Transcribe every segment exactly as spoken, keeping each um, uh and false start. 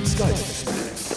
Dübels Geistesblitz.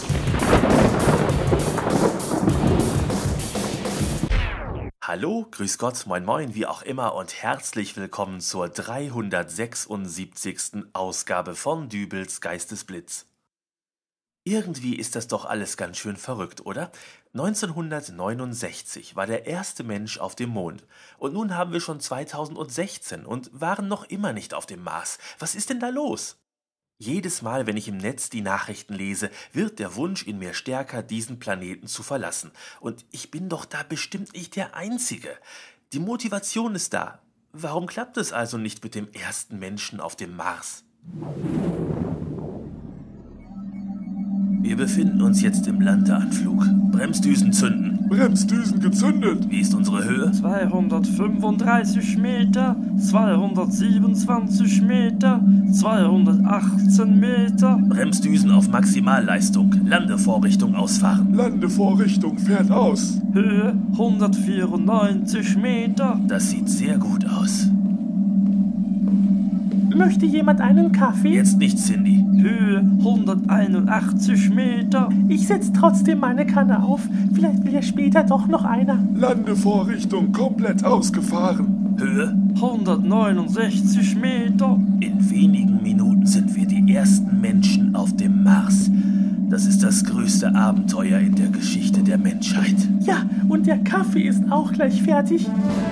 Hallo, grüß Gott, moin moin, wie auch immer und herzlich willkommen zur dreihundertsechsundsiebzigsten Ausgabe von Dübels Geistesblitz. Irgendwie ist das doch alles ganz schön verrückt, oder? neunzehnhundertneunundsechzig war der erste Mensch auf dem Mond. Und nun haben wir schon zweitausendsechzehn und waren noch immer nicht auf dem Mars. Was ist denn da los? Jedes Mal, wenn ich im Netz die Nachrichten lese, wird der Wunsch in mir stärker, diesen Planeten zu verlassen. Und ich bin doch da bestimmt nicht der Einzige. Die Motivation ist da. Warum klappt es also nicht mit dem ersten Menschen auf dem Mars? Wir befinden uns jetzt im Landeanflug. Bremsdüsen zünden. Bremsdüsen gezündet. Wie ist unsere Höhe? zweihundertfünfunddreißig Meter, zweihundertsiebenundzwanzig Meter, zweihundertachtzehn Meter. Bremsdüsen auf Maximalleistung. Landevorrichtung ausfahren. Landevorrichtung fährt aus. Höhe hundertvierundneunzig Meter. Das sieht sehr gut aus. Möchte jemand einen Kaffee? Jetzt nicht, Cindy. Höhe hunderteinundachtzig Meter. Ich setze trotzdem meine Kanne auf. Vielleicht will ja später doch noch einer. Landevorrichtung komplett ausgefahren. Höhe? hundertneunundsechzig Meter. In wenigen Minuten sind wir die ersten Menschen auf dem Mars. Das ist das größte Abenteuer in der Geschichte der Menschheit. Ja, und der Kaffee ist auch gleich fertig.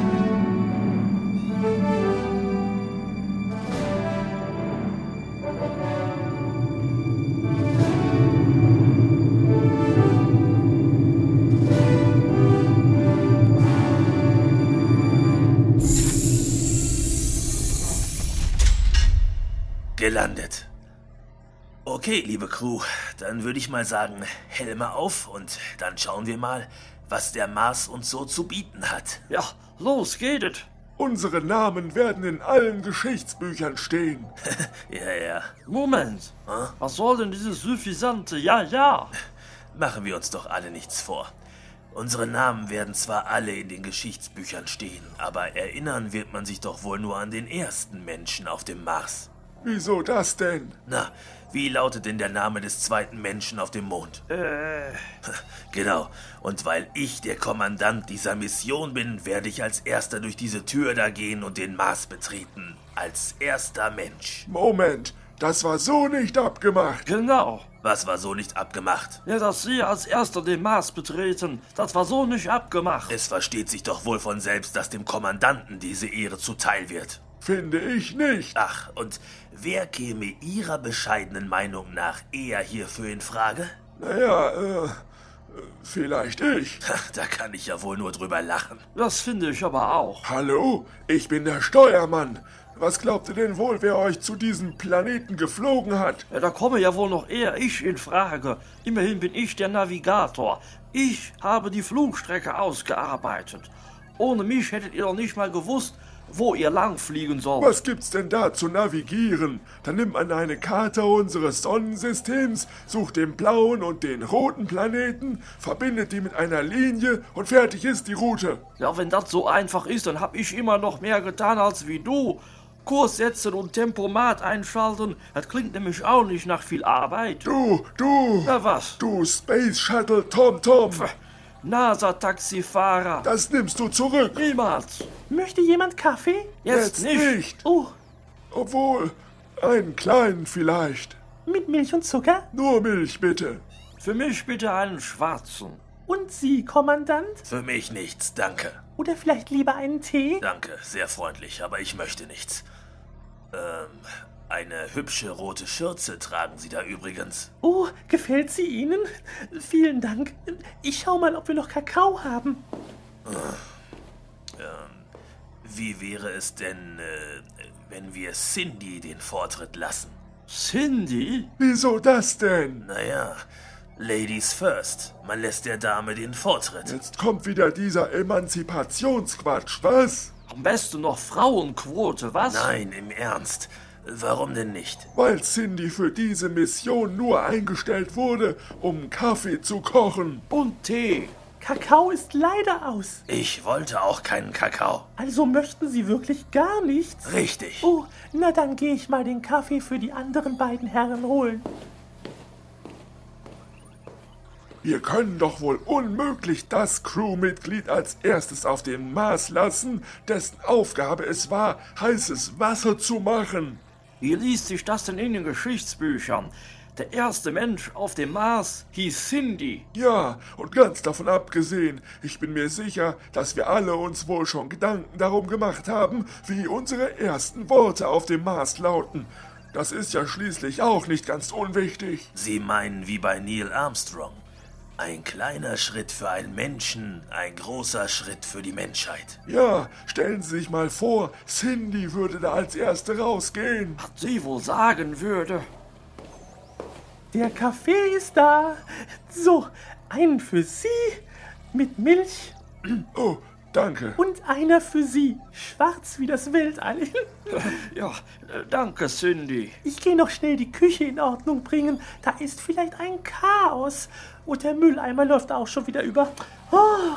Gelandet. Okay, liebe Crew, dann würde ich mal sagen, Helme auf und dann schauen wir mal, was der Mars uns so zu bieten hat. Ja, los geht es. Unsere Namen werden in allen Geschichtsbüchern stehen. Ja, ja. Moment, Hm? was soll denn dieses suffisante Ja, ja? Machen wir uns doch alle nichts vor. Unsere Namen werden zwar alle in den Geschichtsbüchern stehen, aber erinnern wird man sich doch wohl nur an den ersten Menschen auf dem Mars. Wieso das denn? Na, wie lautet denn der Name des zweiten Menschen auf dem Mond? Äh, Genau, und weil ich der Kommandant dieser Mission bin, werde ich als Erster durch diese Tür da gehen und den Mars betreten. Als erster Mensch. Moment, das war so nicht abgemacht. genau. Was war so nicht abgemacht? Ja, dass Sie als Erster den Mars betreten, das war so nicht abgemacht. Es versteht sich doch wohl von selbst, dass dem Kommandanten diese Ehre zuteil wird. Finde ich nicht. Ach, und wer käme Ihrer bescheidenen Meinung nach eher hierfür in Frage? Naja, äh, vielleicht ich. Ha, da kann ich ja wohl nur drüber lachen. Das finde ich aber auch. Hallo, ich bin der Steuermann. Was glaubt ihr denn wohl, wer euch zu diesem Planeten geflogen hat? Ja, da komme ja wohl noch eher ich in Frage. Immerhin bin ich der Navigator. Ich habe die Flugstrecke ausgearbeitet. Ohne mich hättet ihr doch nicht mal gewusst, wo ihr lang fliegen sollt. Was gibt's denn da zu navigieren? Dann nimmt man eine Karte unseres Sonnensystems, sucht den blauen und den roten Planeten, verbindet die mit einer Linie und fertig ist die Route. Ja, wenn das so einfach ist, dann hab ich immer noch mehr getan als wie du. Kurs setzen und Tempomat einschalten, das klingt nämlich auch nicht nach viel Arbeit. Du, du, Na was? du Space Shuttle Tom Tom, NASA-Taxifahrer. das nimmst du zurück. Niemals. Möchte jemand Kaffee? Jetzt, nicht. Oh, Obwohl, einen kleinen vielleicht. mit Milch und Zucker? Nur Milch bitte. Für mich bitte einen schwarzen. Und Sie, Kommandant? Für mich nichts, danke. Oder vielleicht lieber einen Tee? Danke, sehr freundlich, aber ich möchte nichts. Ähm, eine hübsche rote Schürze tragen Sie da übrigens. Oh, gefällt sie Ihnen? Vielen Dank. Ich schau mal, ob wir noch Kakao haben. Wie wäre es denn, äh, wenn wir Cindy den Vortritt lassen? Cindy? Wieso das denn? Naja, Ladies first. Man lässt der Dame den Vortritt. Jetzt kommt wieder dieser Emanzipationsquatsch, was? Am besten noch Frauenquote, was? Nein, im Ernst. Warum denn nicht? Weil Cindy für diese Mission nur eingestellt wurde, um Kaffee zu kochen. Und Tee. Kakao ist leider aus. Ich wollte auch keinen Kakao. Also möchten Sie wirklich gar nichts? Richtig. Oh, na dann gehe ich mal den Kaffee für die anderen beiden Herren holen. Wir können doch wohl unmöglich das Crewmitglied als erstes auf den Mars lassen, dessen Aufgabe es war, heißes Wasser zu machen. Wie liest sich das denn in den Geschichtsbüchern? Der erste Mensch auf dem Mars hieß Cindy. Ja, und ganz davon abgesehen, ich bin mir sicher, dass wir alle uns wohl schon Gedanken darum gemacht haben, wie unsere ersten Worte auf dem Mars lauten. Das ist ja schließlich auch nicht ganz unwichtig. Sie meinen wie bei Neil Armstrong. Ein kleiner Schritt für einen Menschen, ein großer Schritt für die Menschheit. Ja, stellen Sie sich mal vor, Cindy würde da als Erste rausgehen. Was sie wohl sagen würde. Der Kaffee ist da. So, einen für Sie mit Milch Oh, danke. und einer für Sie, schwarz wie das Weltall. Ja, äh, danke, Cindy. Ich gehe noch schnell die Küche in Ordnung bringen. Da ist vielleicht ein Chaos. Und der Mülleimer läuft auch schon wieder über. Oh,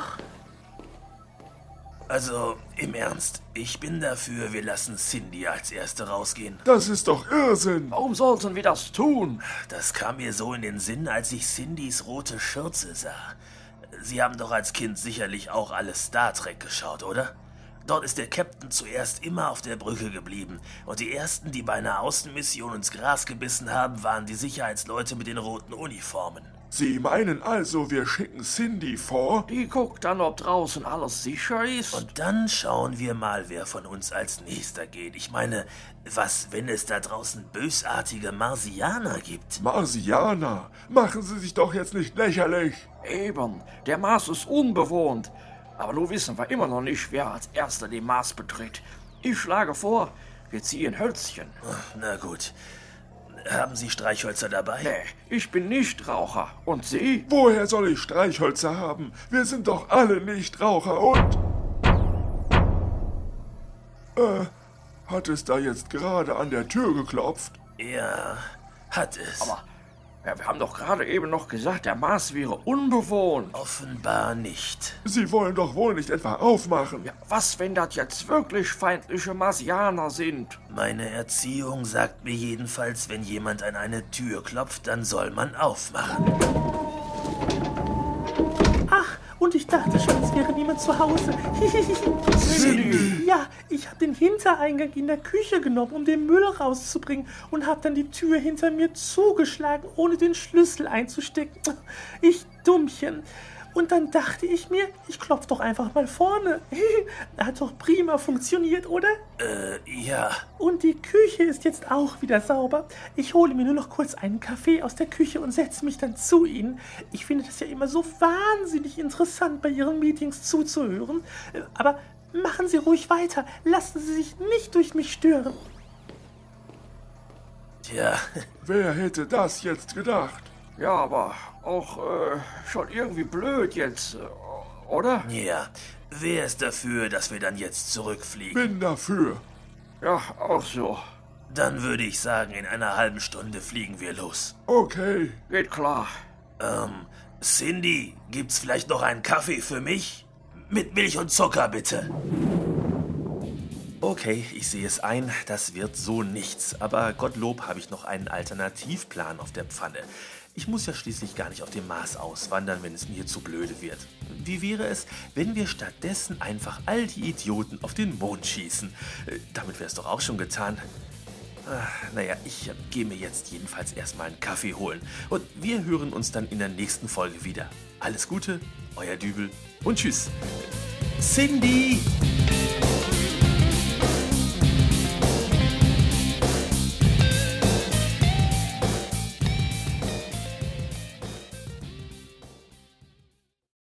Also, im Ernst, ich bin dafür, wir lassen Cindy als Erste rausgehen. Das ist doch Irrsinn. Warum sollten wir das tun? Das kam mir so in den Sinn, als ich Cindys rote Schürze sah. Sie haben doch als Kind sicherlich auch alles Star Trek geschaut, oder? Dort ist der Captain zuerst immer auf der Brücke geblieben. Und die Ersten, die bei einer Außenmission ins Gras gebissen haben, waren die Sicherheitsleute mit den roten Uniformen. Sie meinen also, wir schicken Cindy vor? Die guckt dann, ob draußen alles sicher ist. Und dann schauen wir mal, wer von uns als Nächster geht. Ich meine, was, wenn es da draußen bösartige Marsianer gibt? Marsianer, machen Sie sich doch jetzt nicht lächerlich. Eben, der Mars ist unbewohnt. Aber nun wissen wir immer noch nicht, wer als Erster den Mars betritt. Ich schlage vor, wir ziehen Hölzchen. Na gut. Haben Sie Streichhölzer dabei? Nee, ich bin Nichtraucher. Und Sie? Woher soll ich Streichhölzer haben? Wir sind doch alle Nichtraucher und... Äh, hat es da jetzt gerade an der Tür geklopft? Ja, hat es. Aber ja, wir haben doch gerade eben noch gesagt, der Mars wäre unbewohnt. Offenbar nicht. Sie wollen doch wohl nicht etwa aufmachen? Ja, was, wenn das jetzt wirklich feindliche Marsianer sind? Meine Erziehung sagt mir jedenfalls, wenn jemand an eine Tür klopft, dann soll man aufmachen. ach, und ich dachte schon, es wäre niemand zu Hause. Cindy! Ja, ich habe den Hintereingang in der Küche genommen, um den Müll rauszubringen und habe dann die Tür hinter mir zugeschlagen, ohne den Schlüssel einzustecken. Ich Dummchen. Und dann dachte ich mir, ich klopfe doch einfach mal vorne. Hat doch prima funktioniert, oder? Äh, ja. Und die Küche ist jetzt auch wieder sauber. Ich hole mir nur noch kurz einen Kaffee aus der Küche und setze mich dann zu Ihnen. Ich finde das ja immer so wahnsinnig interessant, bei Ihren Meetings zuzuhören. Aber machen Sie ruhig weiter. Lassen Sie sich nicht durch mich stören. Tja, Wer hätte das jetzt gedacht? Ja, aber auch äh, schon irgendwie blöd jetzt, äh, oder? ja. Wer ist dafür, dass wir dann jetzt zurückfliegen? Bin dafür. Ja, auch so. Dann würde ich sagen, in einer halben Stunde fliegen wir los. Okay. Geht klar. Ähm, Cindy, gibt's vielleicht noch einen Kaffee für mich? Mit Milch und Zucker, bitte. Okay, ich sehe es ein, das wird so nichts. Aber Gottlob habe ich noch einen Alternativplan auf der Pfanne. Ich muss ja schließlich gar nicht auf dem Mars auswandern, wenn es mir zu blöde wird. Wie wäre es, wenn wir stattdessen einfach all die Idioten auf den Mond schießen? Äh, damit wäre es doch auch schon getan. Ach, naja, ich äh, gehe mir jetzt jedenfalls erstmal einen Kaffee holen. Und wir hören uns dann in der nächsten Folge wieder. Alles Gute, euer Dübel und tschüss. Cindy!